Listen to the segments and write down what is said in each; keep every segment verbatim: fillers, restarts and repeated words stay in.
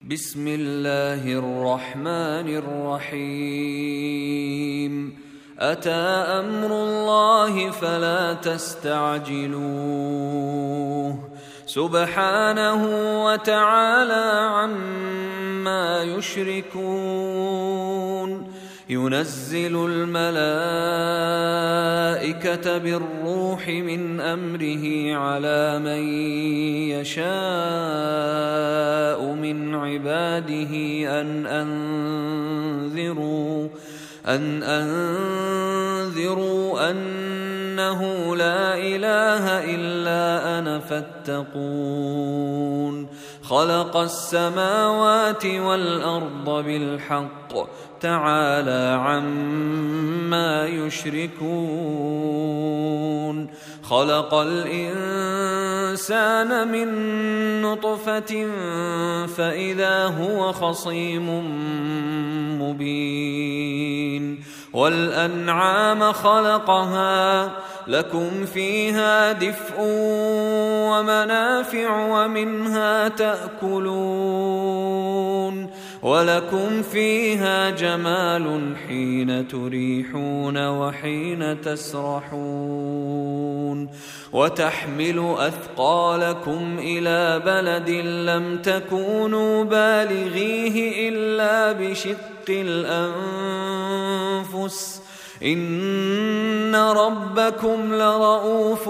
بسم الله الرحمن الرحيم أتى أمر الله فلا تستعجلوه سبحانه وتعالى عما يشركون ينزل الملائكة بالروح من أمره على من يشاء من عباده أن أنذروا أن أنذروا أنه لا إله إلا أنا فاتقون خلق السماوات والأرض بالحق تعالى عما يشركون خلق الإنسان من نطفة فإذا هو خصيم مبين والأنعام خلقها لكم فيها دفء ومنافع ومنها تأكلون ولكم فيها جمال حين تريحون وحين تسرحون وتحمل أثقالكم إلى بلد لم تكونوا بالغيه إلا بشق الأنفس إن ربكم لرؤوف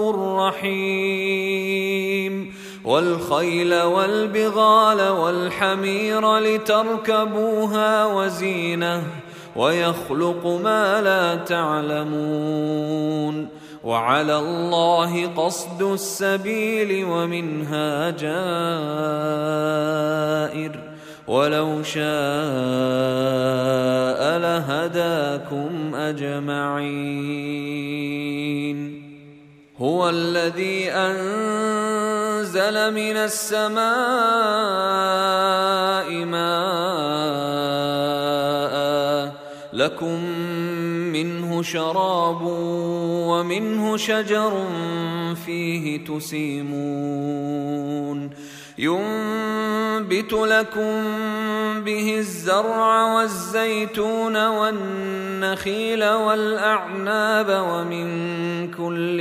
رحيم والخيل والبغال والحمير لتركبوها وزينة ويخلق ما لا تعلمون وعلى الله قصد السبيل ومنها جائر ولو شاء لهداكم أجمعين هو الذي أنزل من السماء ماء لكم منه شراب ومنه شجر فيه تسيمون ينبت لكم به الزرع والزيتون والنخيل والأعناب ومن كل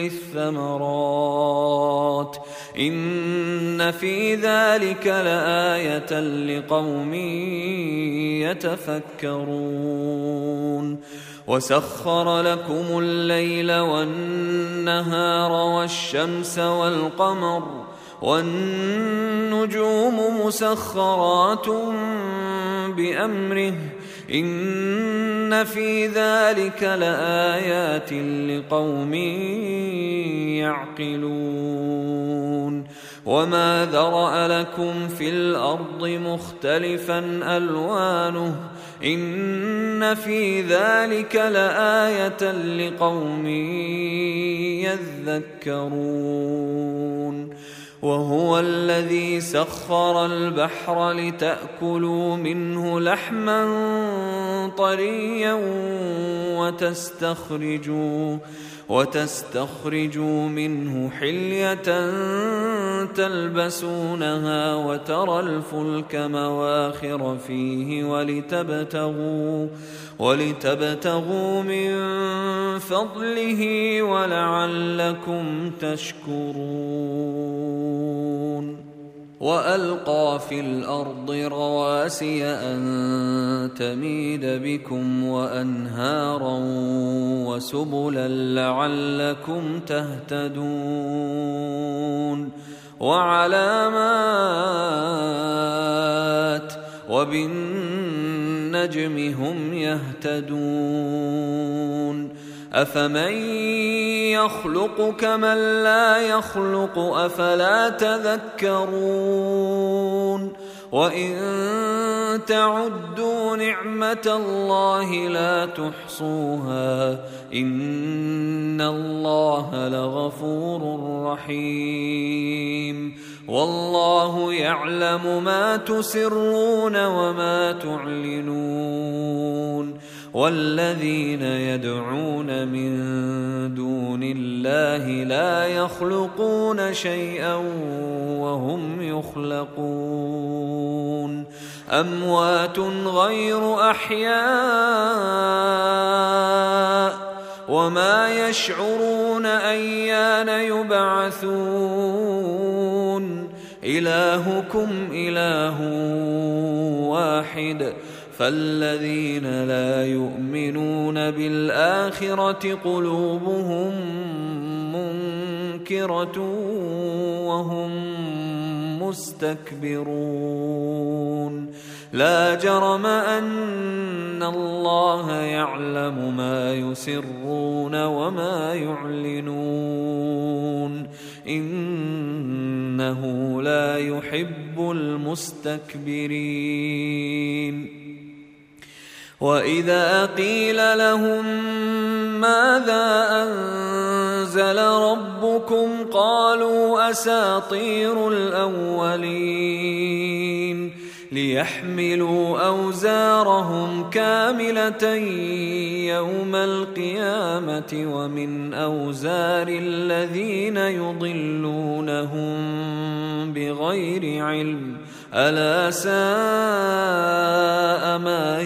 الثمرات إن في ذلك لآية لقوم يتفكرون وسخر لكم الليل والنهار والشمس والقمر والنجوم مسخرات بأمره إن في ذلك لآيات لقوم يعقلون وما ذرأ لكم في الأرض مختلفا ألوانه إن في ذلك لآية لقوم يذكرون وهو الذي سخر البحر لتأكلوا منه لحما طريا وتستخرجوا وتستخرجوا منه حلية تلبسونها وترى الفلك مواخر فيه ولتبتغوا ولتبتغوا من فضله ولعلكم تشكرون وألقى في الأرض رواسي أن تميد بكم وأنهارا وسبلا لعلكم تهتدون وعلامات وبالنجم هم يهتدون أفمن يخلق كمن لا يخلق أفلا تذكرون وإن تعدوا نعمة الله لا تحصوها إن الله لغفور رحيم والله يعلم ما تسرون وما تعلنون والذين يدعون من دون الله لا يخلقون شيئا وهم يخلقون أموات غير أحياء وما يشعرون أيان يبعثون إلهكم إله واحد فالذين لا يؤمنون بالآخرة قلوبهم منكرة وهم مستكبرون لا جرم أن الله يعلم ما يسرون وما يعلنون إنه لا يحب المستكبرين وإذا قيل لهم ماذا أنزل ربكم قالوا أساطير الأولين ليحملوا أوزارهم كاملة يوم القيامة ومن أوزار الذين يضلونهم بغير علم ألا ساء ما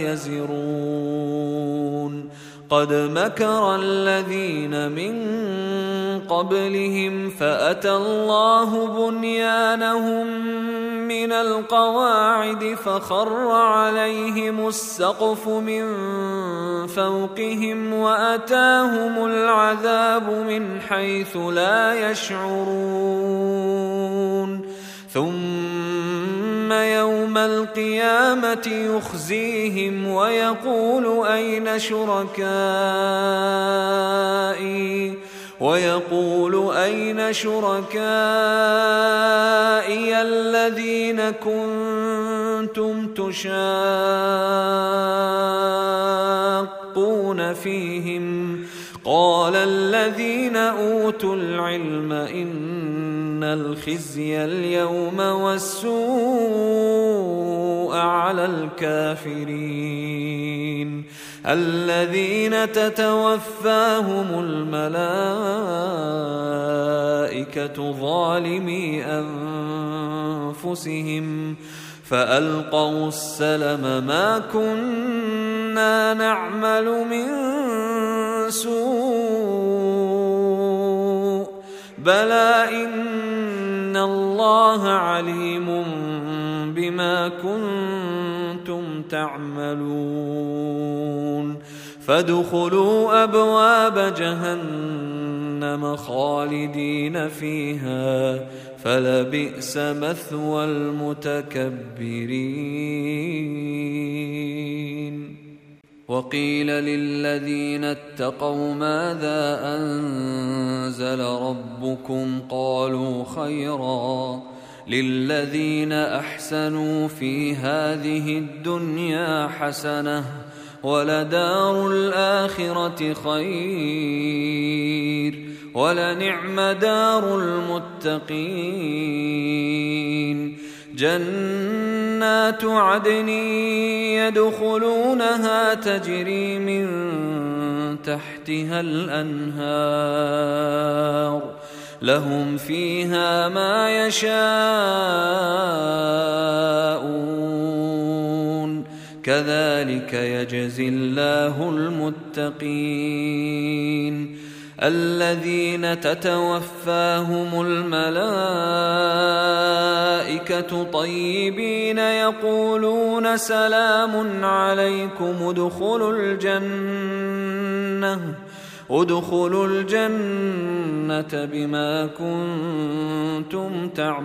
يزرون قد مكر الذين من قبلهم فأتى الله بنيانهم من القواعد فخر عليهم السقف من فوقهم وأتاهم العذاب من حيث لا يشعرون ثم يوم القيامة يخزيهم ويقول أين شركائي ويقول أين شركائي الذين كنتم تشاقون فيهم قال الذين أوتوا العلم إن الخزي اليوم والسوء على الكافرين الذين تتوفاهم الملائكة ظالمي أنفسهم فألقوا السلم ما كنا نعمل من سوء بلى إن الله عليم بما كنتم تعملون فادخلوا أبواب جهنم خالدين فيها فلبئس مثوى المتكبرين وقيل للذين اتقوا ماذا أنزل ربكم قالوا خيرا للذين أحسنوا في هذه الدنيا حسنة ولدار الآخرة خير ولنعم دار المتقين جنات عدن يدخلونها تجري من تحتها الأنهار لهم فيها ما يشاءون كذلك يجزي الله المتقين الذين تتوفاهم الملائكة طيبين يقولون سلام عليكم ادخلوا الجنة ادخلوا الجنة بما كنتم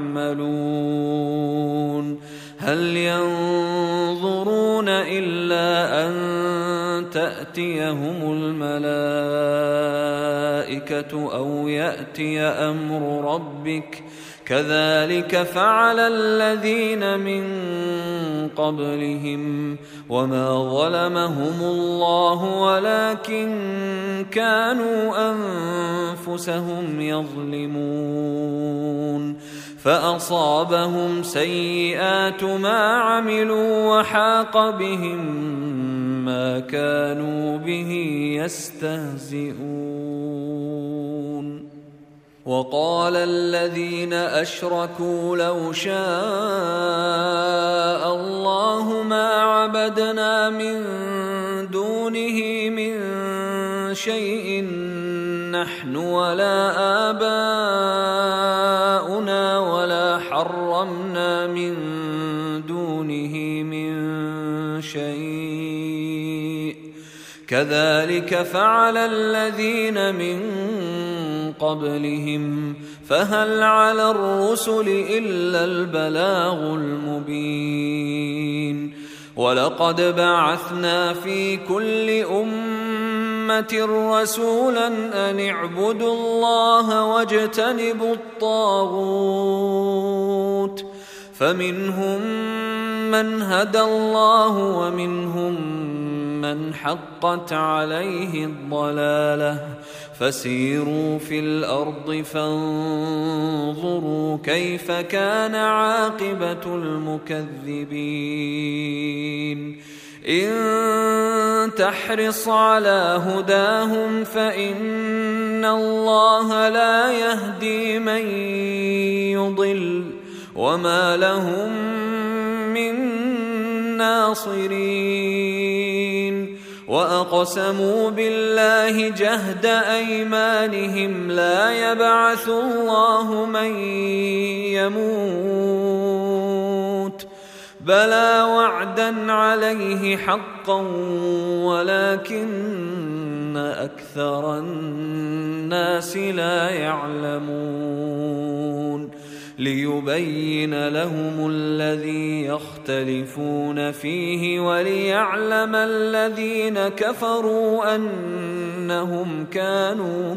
تعملون هل ينظرون إلا أن تأتيهم الملائكة أو يأتي أمر ربك كذلك فعل الذين من قبلهم وما ظلمهم الله ولكن كانوا أنفسهم يظلمون فأصابهم سيئات ما عملوا وحاق بهم ما كانوا به يستهزئون وقال الذين أشركوا لو شاء الله ما عبدنا من دونه من شيء نحن ولا آباؤنا ولا حرمنا من دونه من شيء كذلك فعل الذين من قبلهم فهل على الرسل إلا البلاغ المبين ولقد بعثنا في كل أمة رسولا أن اعبدوا الله واجتنبوا الطاغوت فمنهم من هدى الله ومنهم من حقت عليه الضلالة فسيروا في الأرض فانظروا كيف كان عاقبة المكذبين إن تحرص على هداهم فإن الله لا يهدي من يضل وما لهم من ناصرين وأقسموا بالله جهد أيمانهم لا يبعث الله من يموت بلى وعدا عليه حقا ولكن أكثر الناس لا يعلمون ليبين لهم الذي يختلفون فيه وليعلم الذين كفروا أنهم كانوا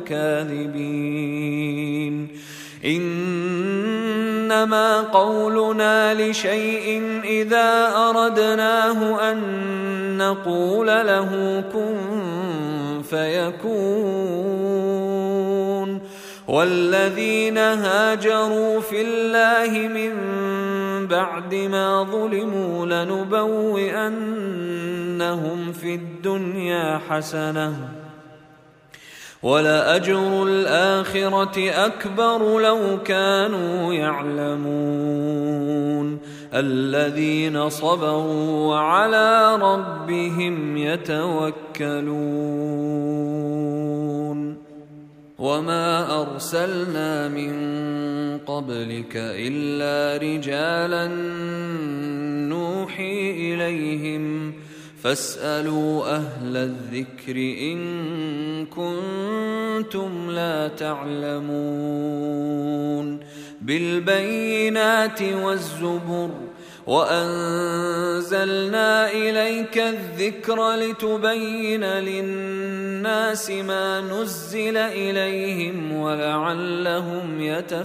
كاذبين إنما قولنا لشيء إذا أردناه أن نقول له كن فيكون والذين هاجروا في الله من بعد ما ظلموا لنبوئنهم في الدنيا حسنة ولأجر الآخرة أكبر لو كانوا يعلمون الذين صبروا وعلى ربهم يتوكلون وما أرسلنا من قبلك إلا رجالا نوحي إليهم فاسألوا أهل الذكر إن كنتم لا تعلمون بالبينات والزبر وأنزلنا إليك الذكر لتبين للناس ما نزل إليهم ولعلهم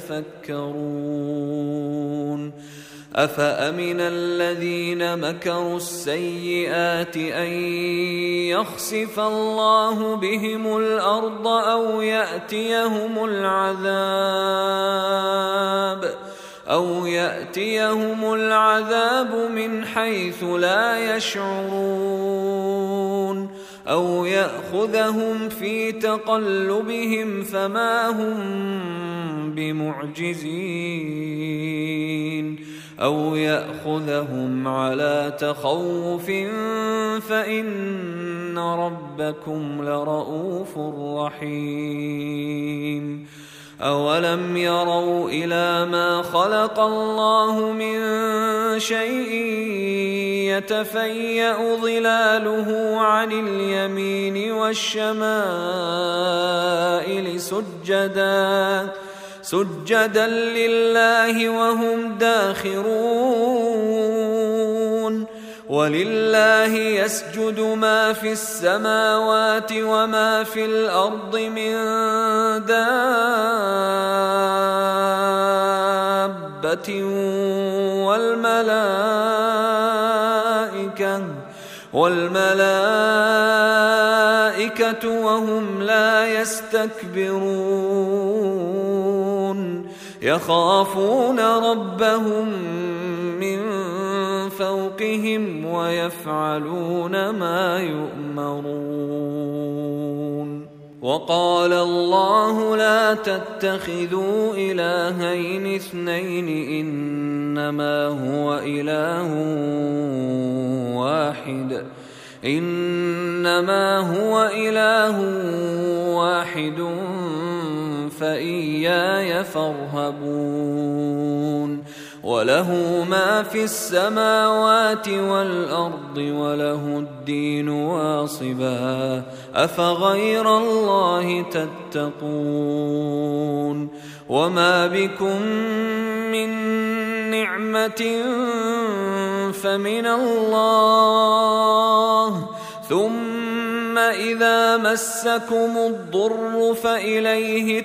يتفكرون أفأمن الذين مكروا السيئات أن يخسف الله بهم الأرض أو يأتيهم العذاب أو يأتيهم العذاب من حيث لا يشعرون أو يأخذهم في تقلبهم فما هم بمعجزين أو يأخذهم على تخوف فإن ربكم لرؤوف رحيم أولم يروا إلى ما خلق الله من شيء يتفيأ ظلاله عن اليمين والشمائل سجدا سجدا لله وهم داخرون ولله يسجد ما في السماوات وما في الأرض من دابة والملائكة والملائكة وهم لا يستكبرون يخافون ربهم من فوقهم ويفعلون ما يؤمرون وقال الله لا تتخذوا إلهين اثنين إنما هو إله واحد إنما هو إله واحد فإياي فارهبون وله ما في السماوات والأرض وله الدين واصبا أفغير الله تتقون وما بكم من نعمة فمن الله ثم إذا مسكم الضر فإليه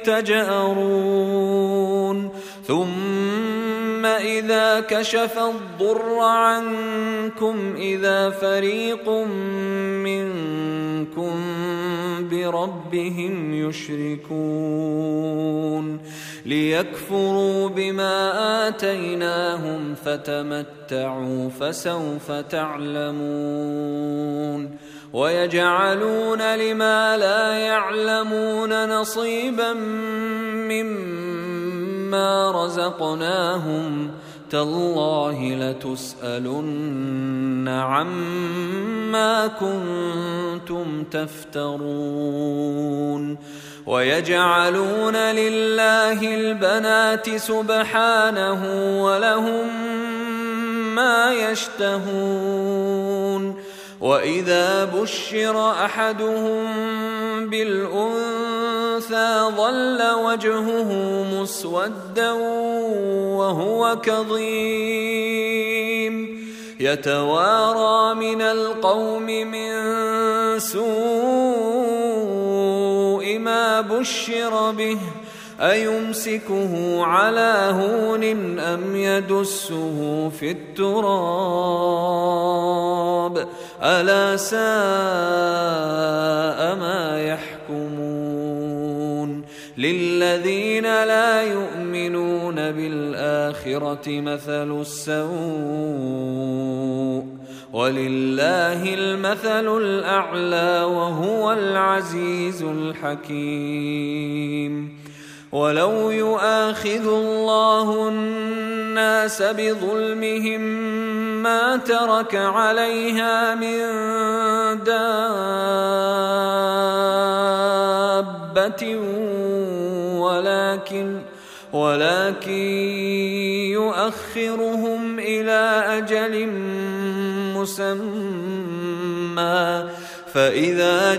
تجأرون ثم إذا كشف الضر عنكم إذا فريق منكم بربهم يشركون ليكفروا بما آتيناهم فتمتعوا فسوف تعلمون ويجعلون لما لا يعلمون نصيبا مما رزقناهم تالله لتسألن عما كنتم تفترون ويجعلون لله البنات سبحانه ولهم ما يشتهون وإذا بشر أحدهم بالأنثى ظل وجهه مسودا وهو كظيم يتوارى من القوم من سوء ما بشر به أيمسكه على هون أم يدسه في التراب ألا ساء ما يحكمون للذين لا يؤمنون بالآخرة مثل السوء ولله المثل الأعلى وهو العزيز الحكيم ولو يؤاخذ الله الناس بظلمهم ما ترك عليها من دابة ولكن ولكن يؤخرهم إلى أجل مسمى فإذا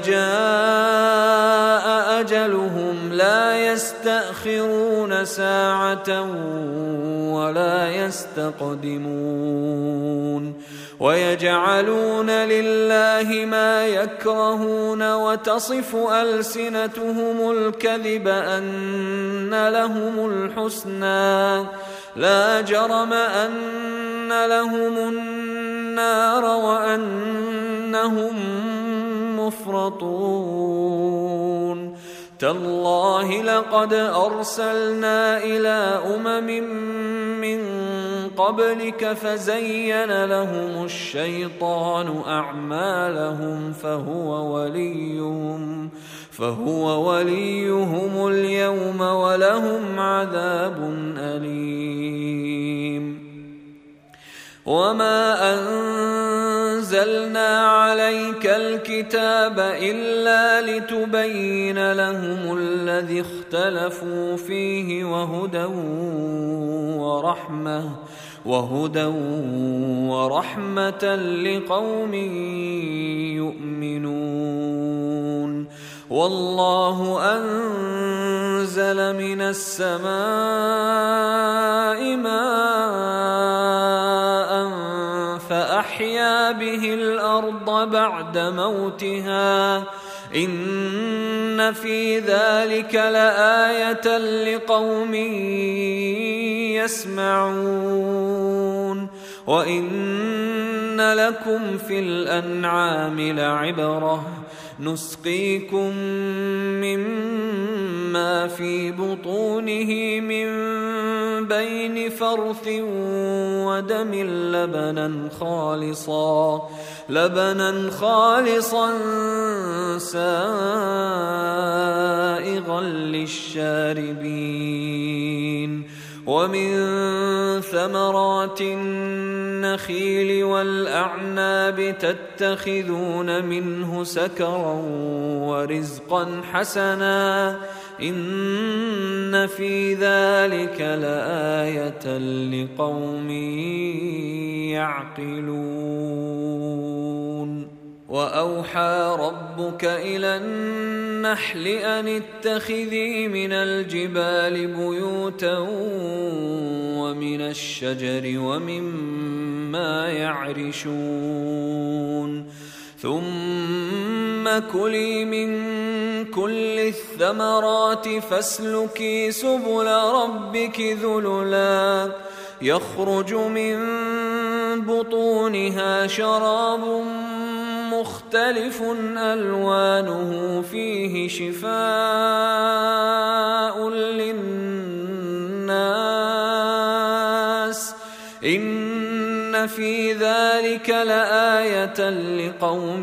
جاء أجلهم لا يستأخرون ساعة ولا يستقدمون ويجعلون لله ما يكرهون وتصف ألسنتهم الكذب أن لهم الحسنى لا جرم أن لهم النار وأنهم مفرطون تالله لقد أرسلنا إلى أمم من قبلك فزين لهم الشيطان أعمالهم فهو وليهم فهو وليهم اليوم ولهم عذاب أليم وما أنزلنا عليك الكتاب إلا لتبين لهم الذي اختلفوا فيه وهدى ورحمة وهدى ورحمة لقوم يؤمنون والله أنزل من السماء ماء فأحيا به الأرض بعد موتها إن في ذلك لآية لقوم يسمعون وإن لكم في الأنعام لعبرة نسقيكم مما في بطونه من بين فرث ودم لبنا خالصا لبنا خالصا سائغا للشاربين ومن ثمرات النخيل والأعناب تتخذون منه سكرا ورزقا حسنا إن في ذلك لآية لقوم يعقلون وأوحى ربك إلى النحل أن اتخذي من الجبال بيوتا ومن الشجر ومما يعرشون ثم كلي من كل الثمرات فاسلكي سبل ربك ذللا يخرج من بطونها شراب مختلف ألوانه فيه شفاء للناس إن في ذلك لآية لقوم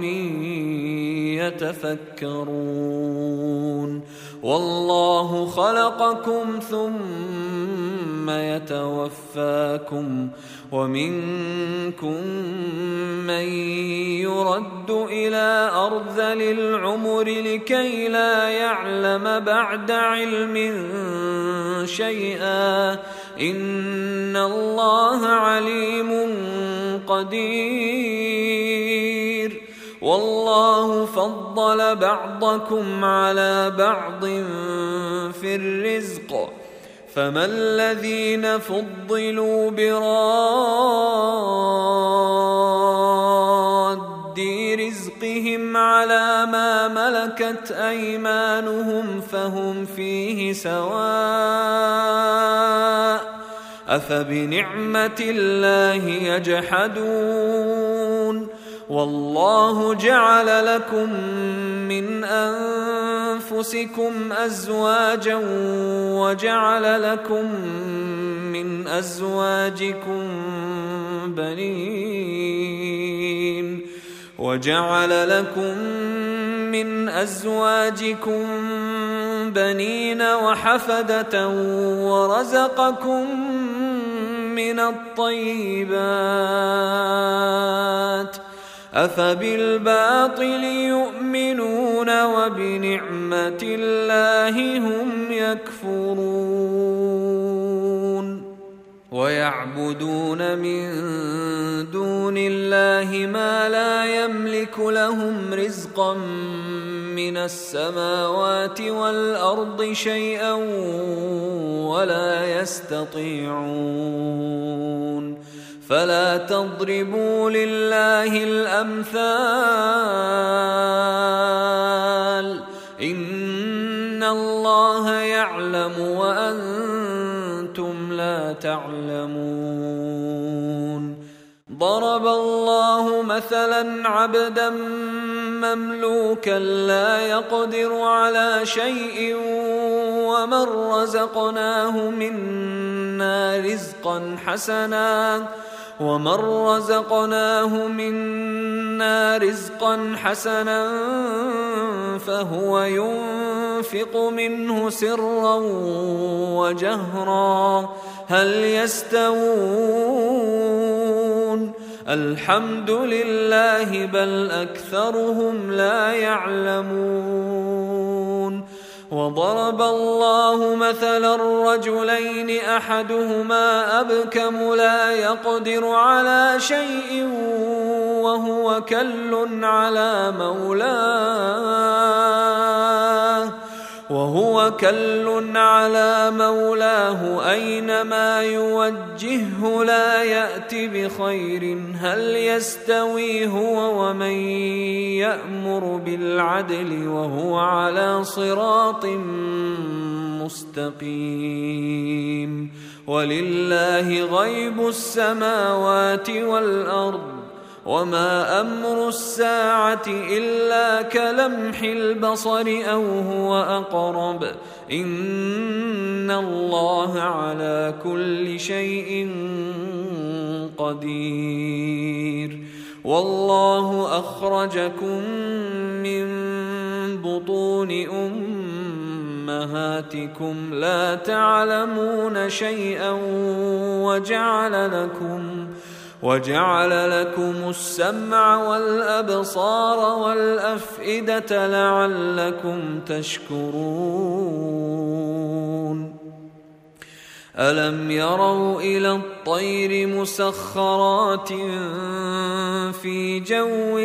يتفكرون والله خلقكم ثم يتوفاكم ومنكم من يرد إلى أرذل العمر لكي لا يعلم بعد علم شيئا إن الله عليم قدير والله فضل بعضكم على بعض في الرزق فما الذين فضلوا براد رزقهم على ما ملكت أيمانهم فهم فيه سواء أفبنعمة الله يجحدون والله جعل لكم من أنفسكم أزواجا وجعل لكم من أزواجكم بنين وجعل لكم من أزواجكم بنين وحفدة ورزقكم من الطيبات أفبالباطل يؤمنون وبنعمة الله هم يكفرون ويعبدون من دون الله ما لا يملك لهم رزقا من السماوات والأرض شيئا ولا يستطيعون فلا تضربوا لله الأمثال إن الله يعلم وأنتم لا تعلمون ضرب الله مثلا عبدا مملوكا لا يقدر على شيء ومن رزقناه منا رزقا حسنا ومن رزقناه منا رزقا حسنا فهو ينفق منه سرا وجهرا هل يستوون الحمد لله بل أكثرهم لا يعلمون وضرب الله مثلا الرجلين أحدهما أبكم لا يقدر على شيء وهو كل على مولاه وهو كل على مولاه أينما يوجهه لا يأتي بخير هل يستوي هو ومن يأمر بالعدل وهو على صراط مستقيم ولله غيب السماوات والأرض وما أمر الساعة إلا كلمح البصر أو هو أقرب إن الله على كل شيء قدير والله أخرجكم من بطون أمهاتكم لا تعلمون شيئا وجعل لكم وجعل لكم السمع والأبصار والأفئدة لعلكم تشكرون ألم يروا إلى الطير مسخرات في جو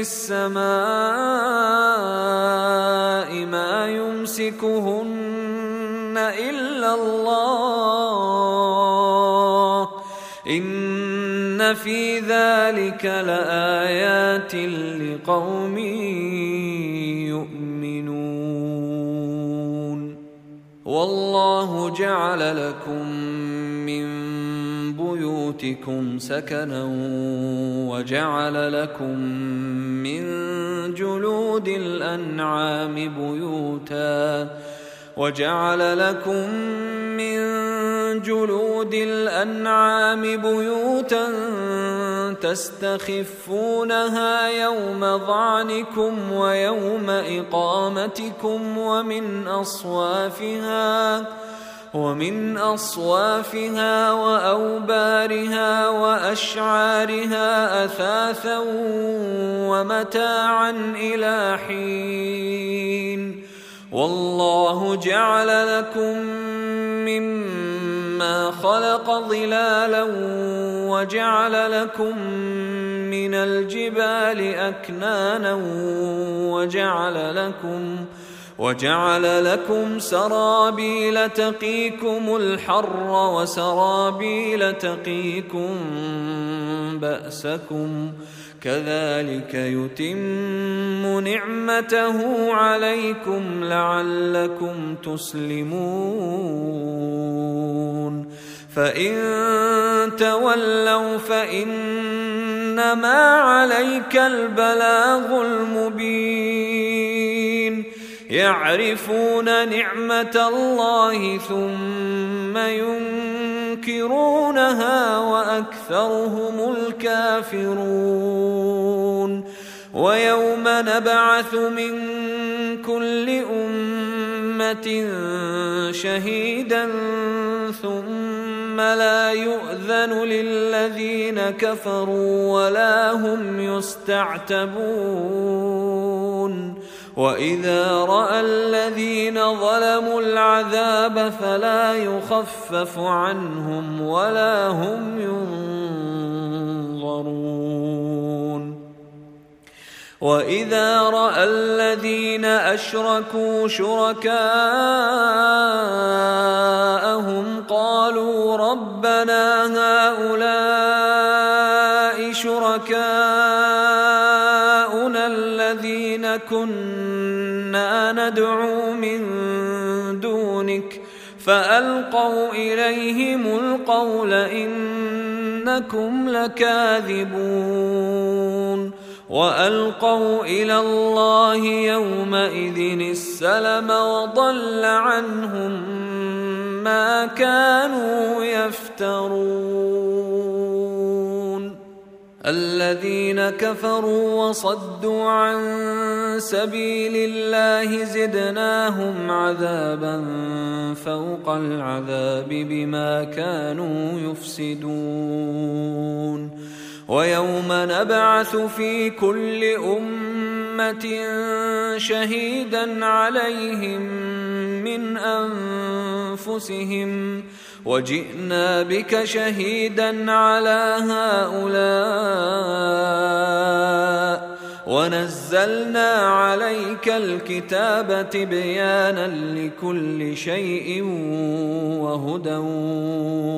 السماء ما يمسكهن إلا الله إن في ذلك لآيات لقوم يؤمنون والله جعل لكم من بيوتكم سكنا وجعل لكم من جلود الأنعام بيوتا وجعل لكم من جلود الأنعام بيوتا تستخفونها يوم ظعنكم ويوم إقامتكم ومن أصوافها ومن أصوافها وأوبارها وأشعارها أثاثا ومتاعا إلى حين والله جعل لكم مما خلق ظلالا وجعل لكم من الجبال أكنانا وجعل لكم وجعل لكم سرابيل تقيكم الحر وسرابيل تقيكم بأسكم كذلك يتم نعمته عليكم لعلكم تسلمون فإن تولوا فإنما عليك البلاغ المبين يعرفون نعمة الله ثم ينكرونها وأكثرهم الكافرون ويوم نبعث من كل أمة شهيدا ثم لا يؤذن للذين كفروا ولا هم يستعتبون وإذا رأى الذين ظلموا العذاب فلا يخفف عنهم ولا هم ينظرون وإذا رأى الذين أشركوا شركاءهم قالوا ربنا هؤلاء شركاؤنا الذين كنا ندعو من دونك فألقوا إليهم القول إنكم لكاذبون وألقوا إلى الله يومئذ السلم وضل عنهم ما كانوا يفترون الذين كفروا وصدوا عن سبيل الله زدناهم عذابا فوق العذاب بما كانوا يفسدون ويوم نبعث في كل أمة شهيدا عليهم من أنفسهم وجئنا بك شهيدا على هؤلاء ونزلنا عليك الكتاب تبيانا لكل شيء وهدى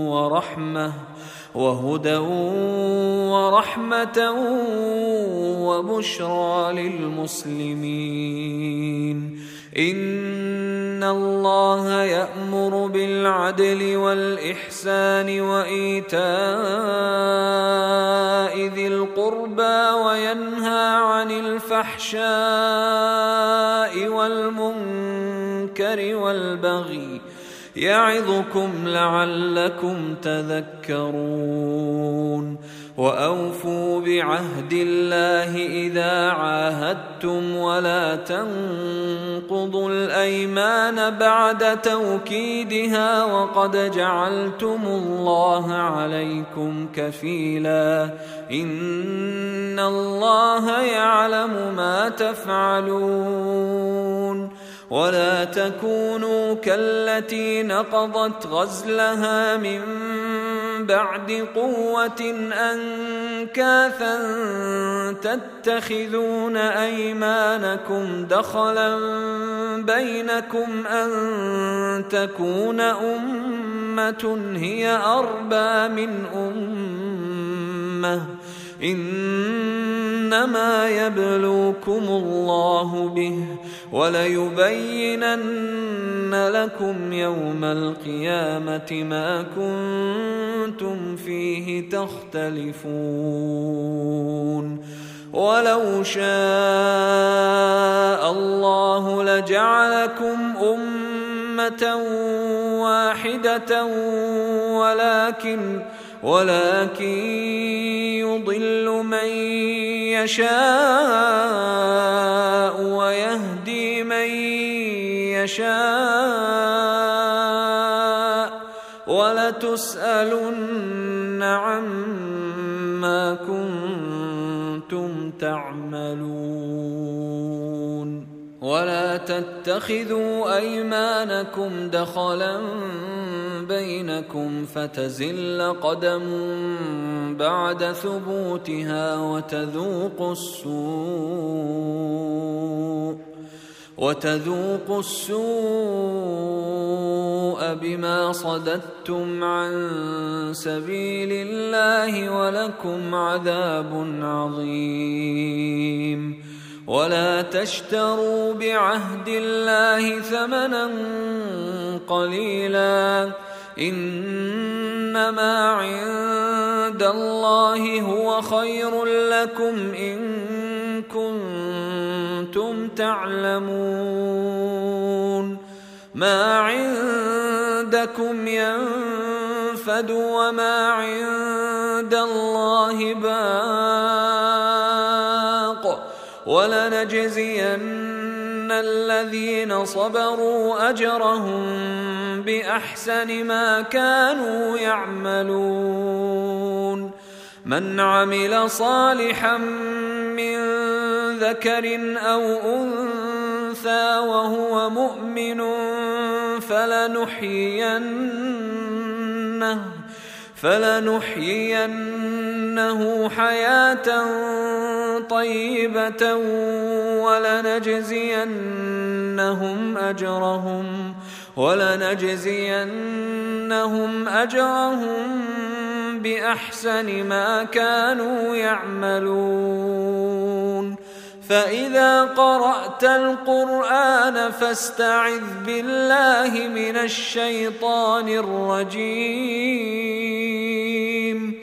ورحمة وهدى ورحمة وبشرى للمسلمين. إن الله يأمر بالعدل والإحسان وإيتاء ذي القربى وينهى عن الفحشاء والمنكر والبغي يعظكم لعلكم تذكرون. وأوفوا بعهد الله إذا عاهدتم ولا تنقضوا الأيمان بعد توكيدها وقد جعلتم الله عليكم كفيلا إن الله يعلم ما تفعلون. ولا تكونوا كالتي نقضت غزلها من بعد قوة أنكاثا تتخذون أيمانكم دخلا بينكم أن تكون أمة هي أربى من أمة إنما يبلوكم الله به وليبينن لكم يوم القيامة ما كنتم فيه تختلفون. ولو شاء الله لجعلكم أمة واحدة ولكن ولكن يضل من يشاء ويهدي من يشاء ولتسألن عما كنتم تعملون. ولا تتخذوا أيمانكم دخلا بينكم فتزل قدم بعد ثبوتها وتذوقوا السوء وتذوقوا السوء بما صددتم عن سبيل الله ولكم عذاب عظيم. ولا تشتروا بعهد الله ثمنا قليلا إنما عند الله هو خير لكم إن كنتم تعلمون. ما عندكم ينفد وما عند الله باق ولنجزين الذين صبروا أجرهم بأحسن ما كانوا يعملون. من عمل صالحا من ذكر أو أنثى وهو مؤمن فلنحيينه فلنحيينه حياة طيبة ولنجزينهم أجرهم ولنجزينهم أجرهم بأحسن ما كانوا يعملون. فإذا قرأت القرآن فاستعذ بالله من الشيطان الرجيم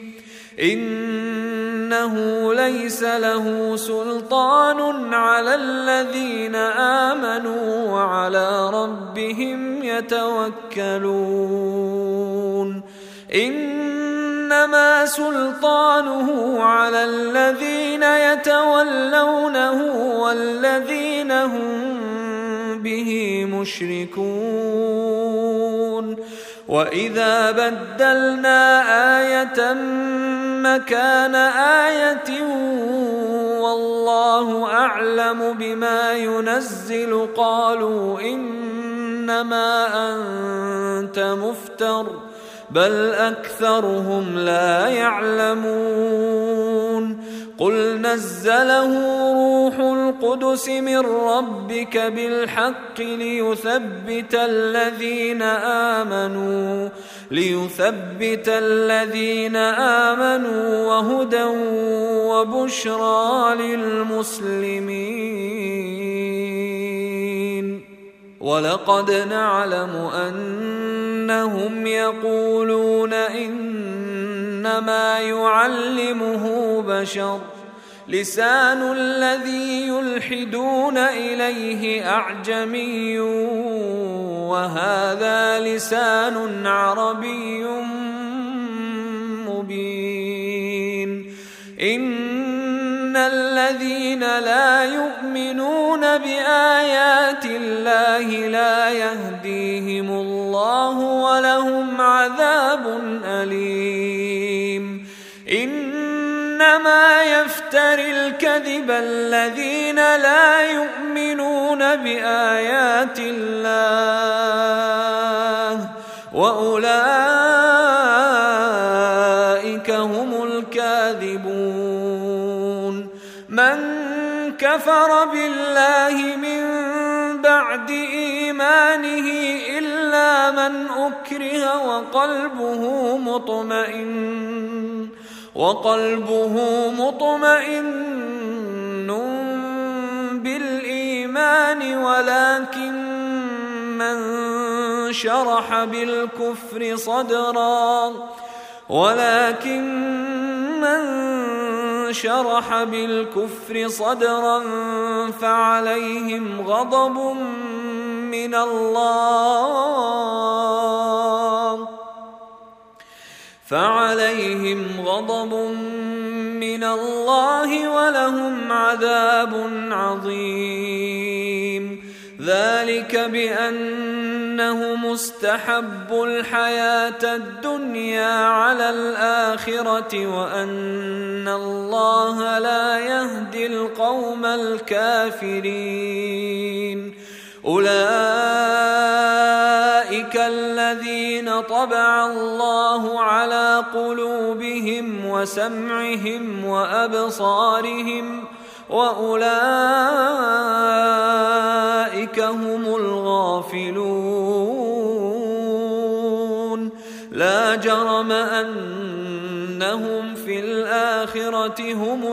إنه ليس له سلطان على الذين آمنوا وعلى ربهم يتوكلون. إنما سلطانه على الذين يتولونه والذين هم به مشركون. وإذا بدلنا آية مكان آية والله أعلم بما ينزل قالوا إنما أنت مفتر بل أكثرهم لا يعلمون. قل نزله روح القدس من ربك بالحق ليثبت الذين آمنوا ليثبت الذين آمنوا وهدى وبشرى للمسلمين. ولقد نعلم أنهم يقولون إنما يعلمه بشر لسان الذي يلحدون إليه أعجمي وهذا لسان عربي مبين. إن الذين لا يؤمنون بآيات الله لا يهديهم الله ولهم عذاب أليم. إنما يفتري الكذب الذين لا يؤمنون بآيات الله وأولئك هم الكاذبون. من كفر بالله من بعد إيمانه إلا من أكره وقلبه مطمئن وقلبه مطمئن بالإيمان ولكن من شرح بالكفر صدرا ولكن من شرح بالكفر صدرا فعليهم غضب من الله فعليهم غضب من الله ولهم عذاب عظيم. ذلك بأنه مستحب الحياة الدنيا على الآخرة وأن الله لا يهدي القوم الكافرين. أولئك الذين طبع الله على قلوبهم وسمعهم وأبصارهم وأولئك هم الغافلون. لا جرم أنهم في الآخرة هم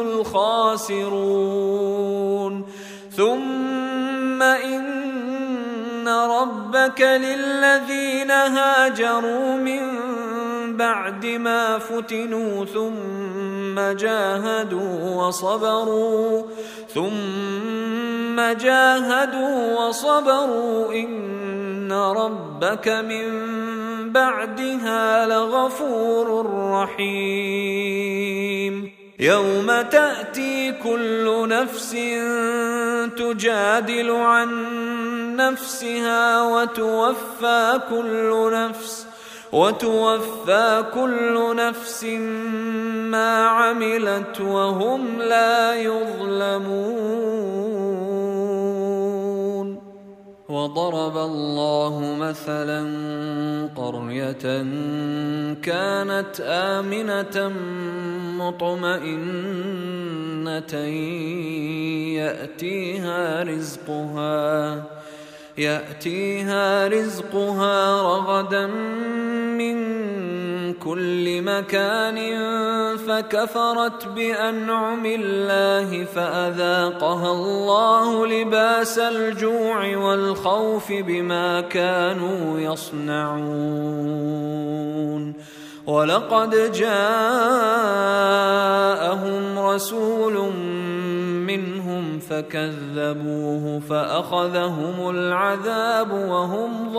الخاسرون. ثم إن ربك للذين هاجروا من بعد ما فتنوا ثم جاهدوا وصبروا ثم جاهدوا وصبروا إن ربك من بعدها لغفور رحيم. يوم تأتي كل نفس تجادل عن نفسها وتوفى كل نفس وتوفى كل نفس ما عملت وهم لا يظلمون. وضرب الله مثلا قرية كانت آمنة مطمئنة يأتيها رزقها يأتيها رزقها رغدا من كل مكان فكفرت بأنعم الله فأذاقها الله لباس الجوع والخوف بما كانوا يصنعون. ولقد جاءهم رسول منهم فكذبوه فأخذهم العذاب وهم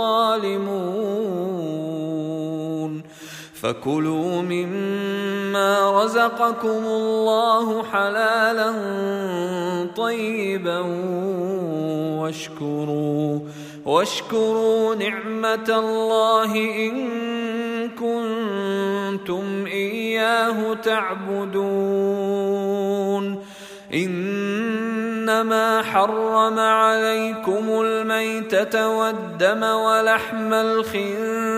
ظالمون. فكلوا مما رزقكم الله حلالا طيبا واشكروا واشكروا نعمة الله إن كنتم إياه تعبدون. إنما حرم عليكم الميتة والدم ولحم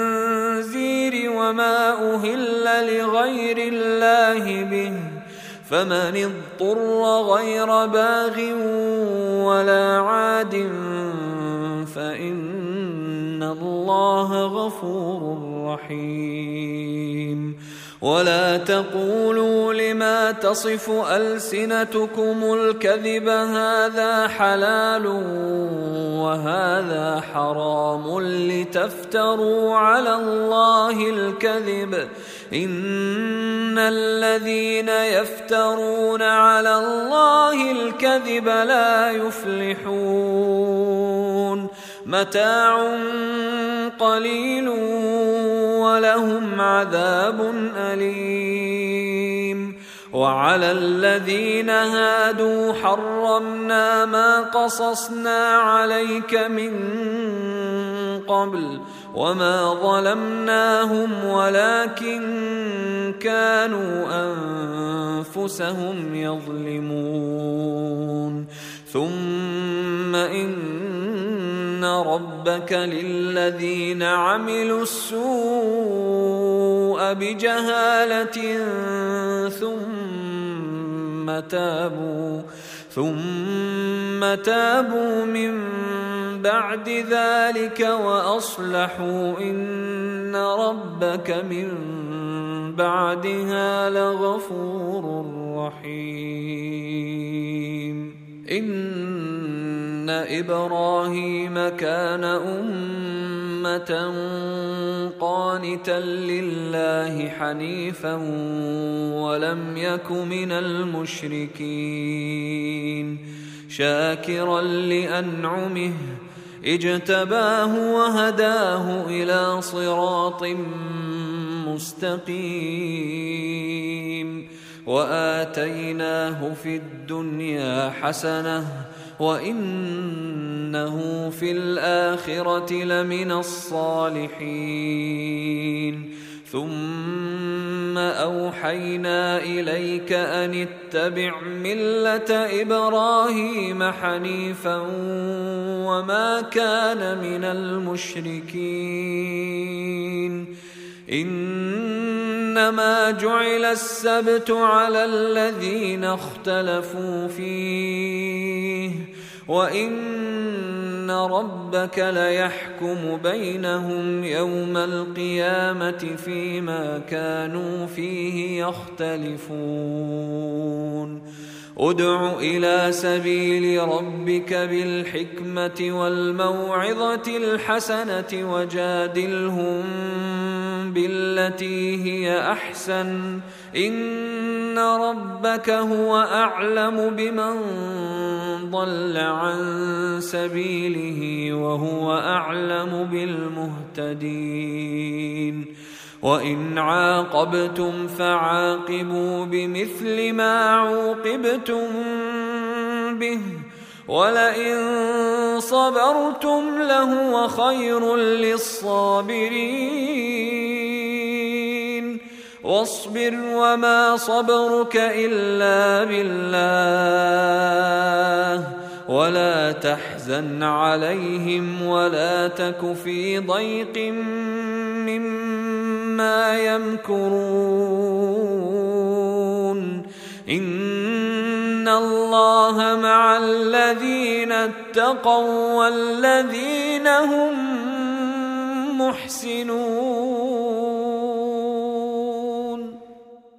الخنزير وما أهل لغير الله به فمن اضطر غير باغ ولا عاد فإن الله غفور رحيم. ولا تقولوا لما تصف ألسنتكم الكذب هذا حلال وهذا حرام لتفتروا على الله الكذب إن الذين يفترون على الله الكذب لا يفلحون. متاع قليل ولهم عذاب أليم. وعلى الذين هادوا حرمنا ما قصصنا عليك من قبل وما ظلمناهم ولكن كانوا أنفسهم يظلمون. ثم إن ربك للذين عملوا السوء بجهالة ثم تابوا ثم تابوا من بعد ذلك وأصلحوا إن ربك من بعدها لغفور رحيم. إن إبراهيم كان أمة قانتا لله حنيفا ولم يك من المشركين شاكرا لأنعمه اجتباه وهداه إلى صراط مستقيم. وآتيناه في الدنيا حسنة وإنه في الآخرة لمن الصالحين. ثم أوحينا إليك أن اتبع ملة إبراهيم حنيفا وما كان من المشركين. إنما جعل السبت على الذين اختلفوا فيه وإن ربك ليحكم بينهم يوم القيامة فيما كانوا فيه يختلفون. ادع إلى سبيل ربك بالحكمة والموعظة الحسنة وجادلهم بالتي هي أحسن إن ربك هو أعلم بمن ضل عن سبيله وهو أعلم بالمهتدين. وإن عاقبتم فعاقبوا بمثل ما عوقبتم به ولئن صبرتم لهو خير للصابرين. واصبر وما صبرك إلا بالله ولا تحزن عليهم ولا تك في ضيق مما يمكرون. إن الله مع الذين اتقوا والذين هم محسنون.